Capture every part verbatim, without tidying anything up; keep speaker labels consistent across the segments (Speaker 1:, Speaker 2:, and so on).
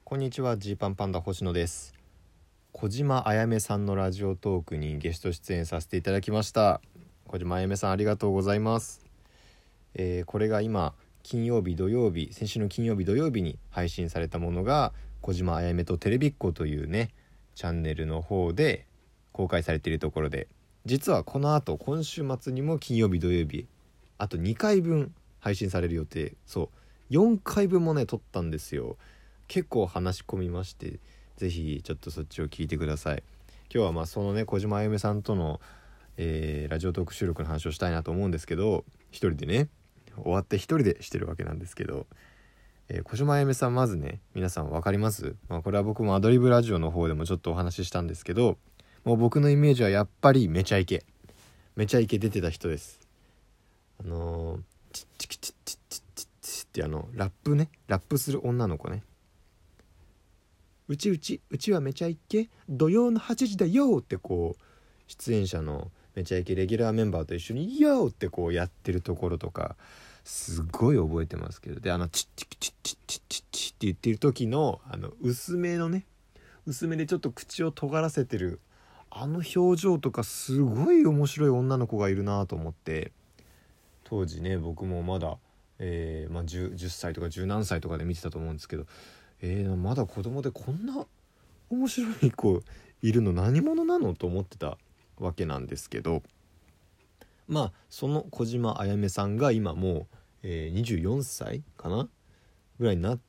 Speaker 1: こんにちは、ジーパンパンダ星野です。小島あやめさんのラジオトークにゲスト出演させていただきました。小島あやめさん、ありがとうございます。えー、これが今金曜日土曜日先週の金曜日土曜日に配信されたものが小島あやめとテレビっ子というねチャンネルの方で公開されているところで、実はこの後今週末にも金曜日土曜日あとにかいぶん配信される予定。そうよんかいぶんもね撮ったんですよ。結構話し込みまして、ぜひちょっとそっちを聞いてください。今日はまあそのね小島あやめさんとの、えー、ラジオトーク収録の話をしたいなと思うんですけど、一人でね終わって一人でしてるわけなんですけど、えー、小島あやめさん、まずね皆さん分かります？まあ、これは僕もアドリブラジオの方でもちょっとお話ししたんですけど、もう僕のイメージはやっぱりめちゃイケめちゃイケ出てた人です。あのー、チッチキチッチッチッチッチッってあのラップねラップする女の子ね、うちうちうちはめちゃイケ土曜のはちじだよってこう出演者のめちゃイケレギュラーメンバーと一緒によーってこうやってるところとかすごい覚えてますけど、であのチッチキチッチッチッチッチッって言ってる時のあの薄めのね薄めでちょっと口を尖らせてるあの表情とか、すごい面白い女の子がいるなと思って、当時ね僕もまだ、えーまあ、10, じゅっさいとかじゅう何歳とかで見てたと思うんですけど、えー、まだ子供でこんな面白い子いるの何者なのと思ってたわけなんですけど、まあその小島あやめさんが今もう、えー、にじゅうよんさいかなぐらいになって、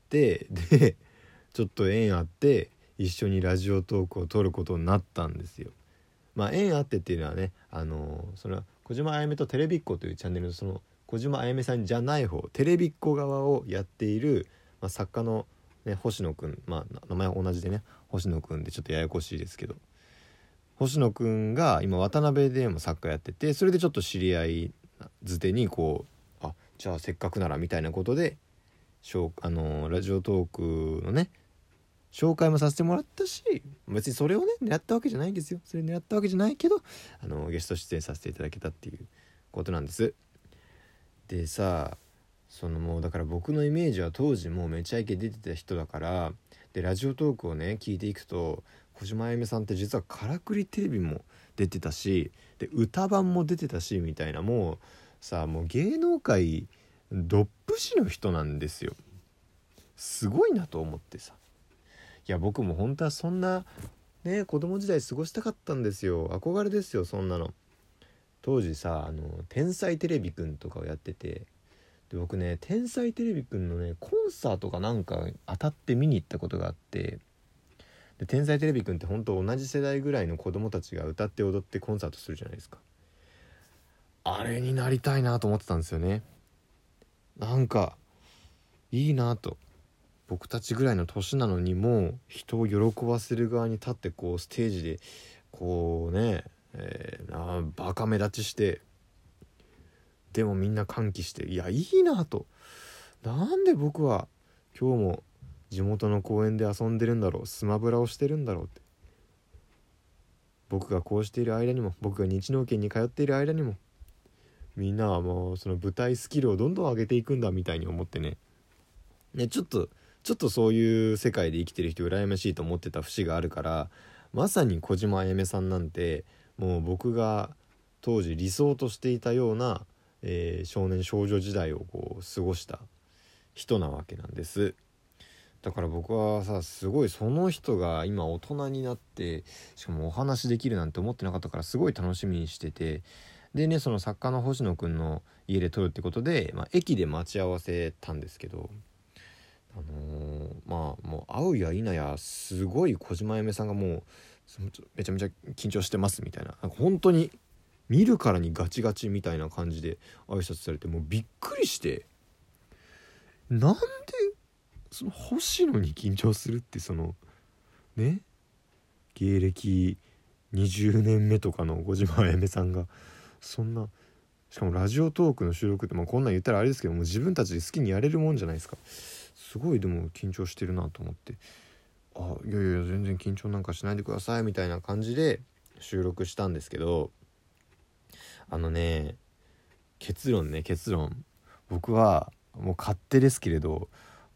Speaker 1: でちょっと縁あって一緒にラジオトークを撮ることになったんですよ。まあ縁あってっていうのはね、あのー、それは小島あやめとテレビっ子というチャンネルのその小島あやめさんじゃない方テレビっ子側をやっている、まあ、作家のね、星野くん、まあ名前は同じでね星野くんでちょっとややこしいですけど、星野くんが今渡辺でも作家やってて、それでちょっと知り合いづてにこうあじゃあせっかくならみたいなことであのラジオトークのね紹介もさせてもらったし、別にそれをね狙ったわけじゃないんですよ。それ狙ったわけじゃないけどあのゲスト出演させていただけたっていうことなんです。でさ、そのもうだから僕のイメージは当時もうめちゃイケ出てた人だから、でラジオトークをね聞いていくと小島あやめさんって実はからくりテレビも出てたし、で歌番も出てたしみたいな、もうさもう芸能界どっぷしの人なんですよ。すごいなと思ってさ、いや僕も本当はそんなね子供時代過ごしたかったんですよ。憧れですよそんなの。当時さあの天才テレビくんとかをやってて、で僕ね天才テレビくんのねコンサートかなんか当たって見に行ったことがあって、で天才テレビくんって本当同じ世代ぐらいの子供たちが歌って踊ってコンサートするじゃないですか。あれになりたいなと思ってたんですよね。なんかいいなと、僕たちぐらいの年なのにもう人を喜ばせる側に立ってこうステージでこうね、えー、あバカ目立ちしてでもみんな歓喜して、いやいいなと、なんで僕は今日も地元の公園で遊んでるんだろう、スマブラをしてるんだろうって、僕がこうしている間にも僕が日農研に通っている間にもみんなはもうその舞台スキルをどんどん上げていくんだみたいに思ってねねちょっとちょっとそういう世界で生きてる人羨ましいと思ってた節があるから、まさに小島あやめさんなんてもう僕が当時理想としていたような、えー、少年少女時代をこう過ごした人なわけなんです。だから僕はさすごいその人が今大人になってしかもお話できるなんて思ってなかったからすごい楽しみにしてて、でねその作家の星野くんの家で撮るってことで、まあ、駅で待ち合わせたんですけど、あのー、まあもう会うや否やすごい小島あやめさんがもうめちゃめちゃ緊張してますみたいな、なんか本当に見るからにガチガチみたいな感じで挨拶されて、もうびっくりして、なんでその星野に緊張するって、そのね芸歴にじゅうねんめとかの小島あやめさんがそんな、しかもラジオトークの収録って、まあ、こんなん言ったらあれですけども自分たちで好きにやれるもんじゃないですか。すごいでも緊張してるなと思って、あいやいや全然緊張なんかしないでくださいみたいな感じで収録したんですけど、あのね結論ね結論僕はもう勝手ですけれど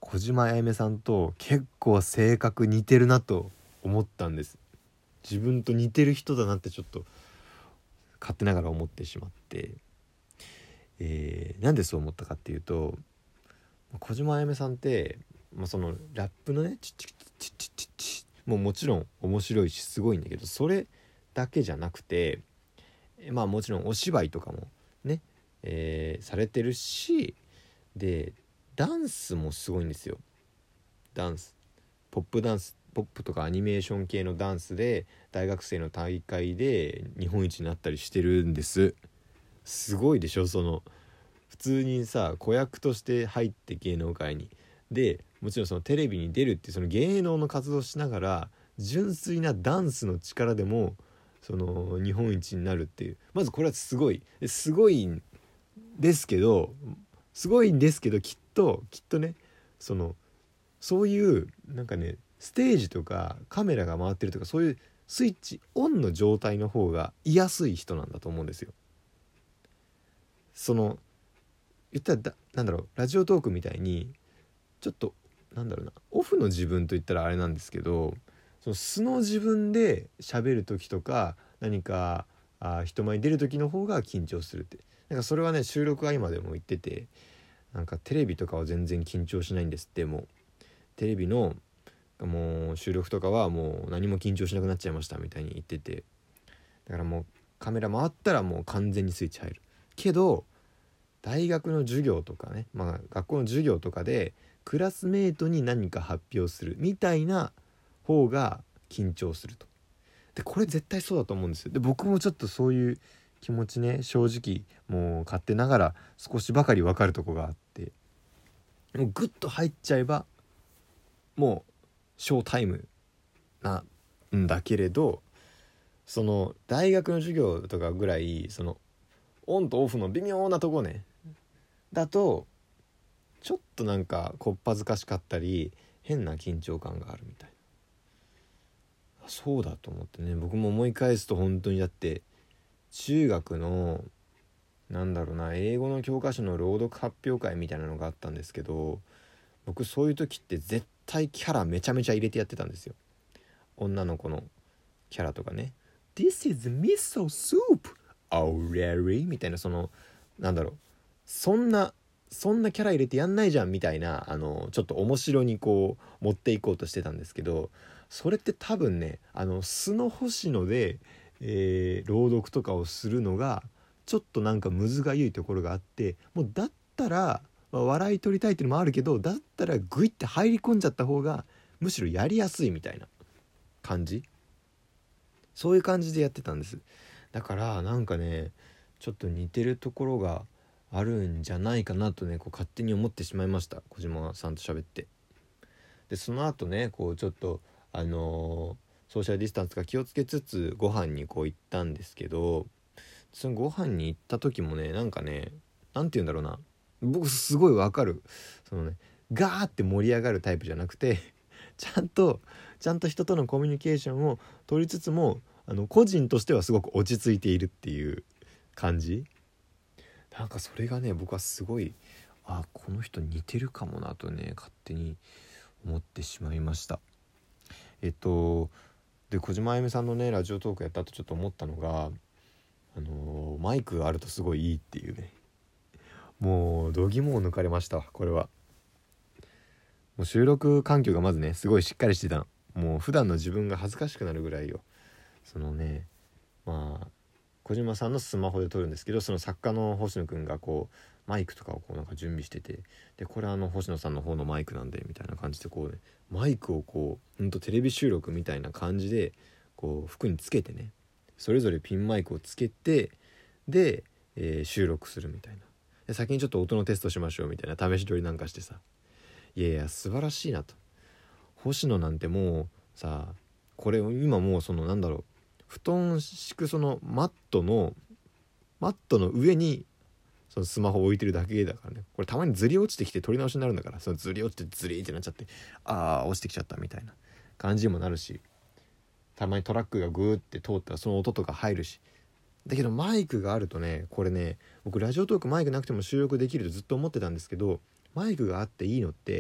Speaker 1: 小島あやめさんと結構性格似てるなと思ったんです。自分と似てる人だなってちょっと勝手ながら思ってしまって、えー、なんでそう思ったかっていうと、小島あやめさんって、まあ、そのラップのねチッチッチッチッチッチッもうもちろん面白いしすごいんだけど、それだけじゃなくて、まあもちろんお芝居とかもね、えー、されてるし、でダンスもすごいんですよ。ダンスポップダンスポップとかアニメーション系のダンスで大学生の大会で日本一になったりしてるんです。すごいでしょ。その普通にさ子役として入って芸能界にで、もちろんそのテレビに出るっていうその芸能の活動をしながら純粋なダンスの力でもその日本一になるっていう、まずこれはすごいすごいんですけどすごいんですけどきっときっとね、そのそういうなんかねステージとかカメラが回ってるとかそういうスイッチオンの状態の方が居やすい人なんだと思うんですよ。その言ったらだなんだろうラジオトークみたいにちょっとなんだろうなオフの自分と言ったらあれなんですけど、その素の自分で喋る時とか何かあ人前に出る時の方が緊張するって、なんかそれはね収録は今でも言ってて、なんかテレビとかは全然緊張しないんですって。もうテレビのもう収録とかはもう何も緊張しなくなっちゃいましたみたいに言ってて、だからもうカメラ回ったらもう完全にスイッチ入るけど、大学の授業とかね、まあ学校の授業とかでクラスメートに何か発表するみたいな方が緊張すると。でこれ絶対そうだと思うんですよ。で僕もちょっとそういう気持ちね正直もう勝手ながら少しばかり分かるとこがあって、もうグッと入っちゃえばもうショータイムなんだけれど、その大学の授業とかぐらいそのオンとオフの微妙なとこねだとちょっとなんかこっぱずかしかったり変な緊張感があるみたいな。そうだと思ってね、僕も思い返すと本当にだって中学のなんだろうな英語の教科書の朗読発表会みたいなのがあったんですけど、僕そういう時って絶対キャラめちゃめちゃ入れてやってたんですよ。女の子のキャラとかね This is miso soup Oh really? みたいな、そのなんだろうそんなそんなキャラ入れてやんないじゃんみたいな、あのちょっと面白にこう持っていこうとしてたんですけど、それって多分ねあの素の星野で、えー、朗読とかをするのがちょっとなんかむずがゆいところがあって、もうだったら、まあ、笑い取りたいっていうのもあるけど、だったらグイって入り込んじゃった方がむしろやりやすいみたいな感じ、そういう感じでやってたんです。だからなんかねちょっと似てるところがあるんじゃないかなとねこう勝手に思ってしまいました、小島さんと喋って。でその後ねこうちょっとあのー、ソーシャルディスタンスが気をつけつつご飯にこう行ったんですけど、そのご飯に行った時もねなんかねなんて言うんだろうな、僕すごいわかる、そのねガーって盛り上がるタイプじゃなくてちゃんとちゃんと人とのコミュニケーションを取りつつもあの個人としてはすごく落ち着いているっていう感じ、なんかそれがね僕はすごいあこの人似てるかもなとね勝手に思ってしまいました。えっとで小島あゆみさんのねラジオトークやった後ちょっと思ったのが、あのー、マイクがあるとすごいいいっていうね、もう度肝を抜かれました。これはもう収録環境がまずねすごいしっかりしてたの、もう普段の自分が恥ずかしくなるぐらいよ。そのねまあ小島さんのスマホで撮るんですけど、その作家の星野くんがこうマイクとかをこうなんか準備してて、でこれあの星野さんの方のマイクなんでみたいな感じでこうねマイクをこうほんとテレビ収録みたいな感じでこう服につけてね、それぞれピンマイクをつけてで、えー、収録するみたいな、で先にちょっと音のテストしましょうみたいな試し撮りなんかしてさ、いやいや素晴らしいなと。星野なんてもうさこれ今もうそのなんだろう布団敷くそのマットのマットの上にそのスマホを置いてるだけだからね、これたまにずり落ちてきて撮り直しになるんだから、そのずり落ちてずりってなっちゃってあー落ちてきちゃったみたいな感じにもなるし、たまにトラックがグーって通ったらその音とか入るし、だけどマイクがあるとねこれね僕ラジオトークマイクなくても収録できるとずっと思ってたんですけど、マイクがあっていいのって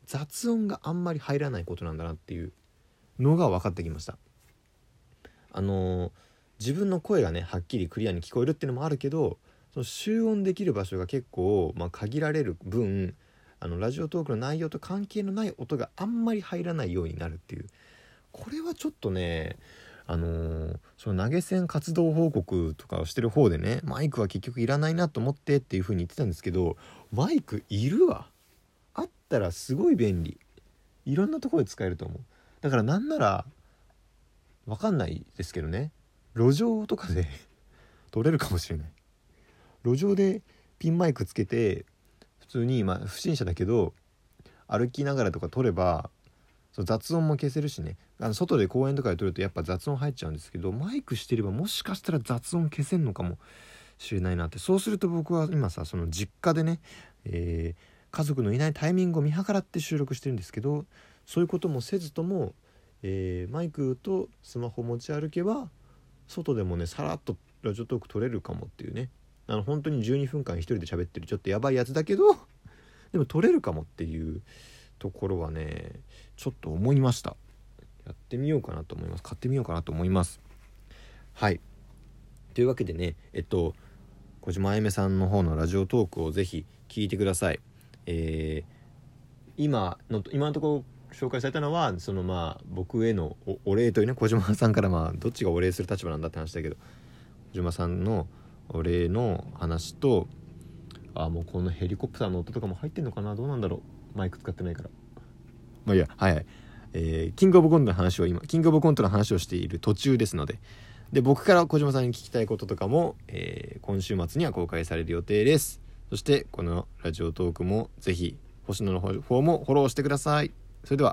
Speaker 1: 雑音があんまり入らないことなんだなっていうのが分かってきました。あのー、自分の声がねはっきりクリアに聞こえるっていうのもあるけど、その集音できる場所が結構、まあ、限られる分、あのラジオトークの内容と関係のない音があんまり入らないようになるっていう、これはちょっとね、あのー、その投げ銭活動報告とかをしてる方でね、マイクは結局いらないなと思ってっていう風に言ってたんですけど、マイクいるわ。あったらすごい便利。いろんなところで使えると思う。だからなんならわかんないですけどね、路上とかで撮れるかもしれない。路上でピンマイクつけて普通に、まあ不審者だけど歩きながらとか撮れば、そう雑音も消せるしね。あの外で公園とかで撮るとやっぱ雑音入っちゃうんですけど、マイクしてればもしかしたら雑音消せんのかもしれないなって。そうすると僕は今さ、その実家でね、えー、家族のいないタイミングを見計らって収録してるんですけど、そういうこともせずとも、えー、マイクとスマホ持ち歩けば外でもねさらっとラジオトーク撮れるかもっていうね。あの本当にじゅうにふんかん一人で喋ってるちょっとやばいやつだけどでも撮れるかもっていうところはねちょっと思いました。やってみようかなと思います。買ってみようかなと思います。はい、というわけでね、えっと小島あゆめさんの方のラジオトークをぜひ聞いてください。えー、今の今のところ紹介されたのはそのまあ僕への お, お礼というね、小島さんからまあどっちがお礼する立場なんだって話だけど、小島さんのお礼の話と、あもうこのヘリコプターの音とかも入ってんのかな、どうなんだろう、マイク使ってないから。まあいいや、はいはい、えー、キングオブコントの話を今キングオブコントの話をしている途中ですので、で僕から小島さんに聞きたいこととかも、えー、今週末には公開される予定です。そしてこのラジオトークもぜひ星野の方もフォローしてください。それでは